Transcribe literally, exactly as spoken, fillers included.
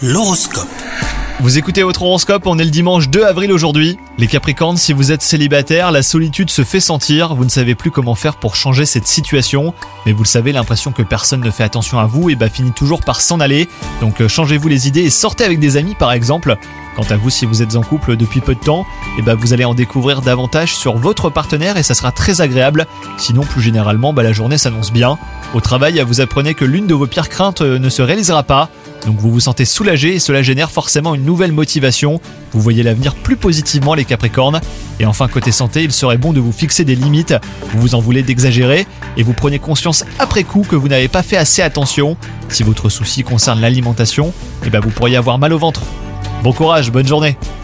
L'horoscope. Vous écoutez votre horoscope, on est le dimanche deux avril aujourd'hui. Les Capricornes, si vous êtes célibataire, la solitude se fait sentir, vous ne savez plus comment faire pour changer cette situation. Mais vous le savez, l'impression que personne ne fait attention à vous et bah finit toujours par s'en aller. Donc euh, changez-vous les idées et sortez avec des amis par exemple. Quant à vous, si vous êtes en couple depuis peu de temps, et bah vous allez en découvrir davantage sur votre partenaire et ça sera très agréable. Sinon, plus généralement, bah la journée s'annonce bien. Au travail, vous apprenez que l'une de vos pires craintes ne se réalisera pas. Donc vous vous sentez soulagé et cela génère forcément une nouvelle motivation. Vous voyez l'avenir plus positivement les Capricornes. Et enfin côté santé, il serait bon de vous fixer des limites. Vous vous en voulez d'exagérer et vous prenez conscience après coup que vous n'avez pas fait assez attention. Si votre souci concerne l'alimentation, eh ben vous pourriez avoir mal au ventre. Bon courage, bonne journée.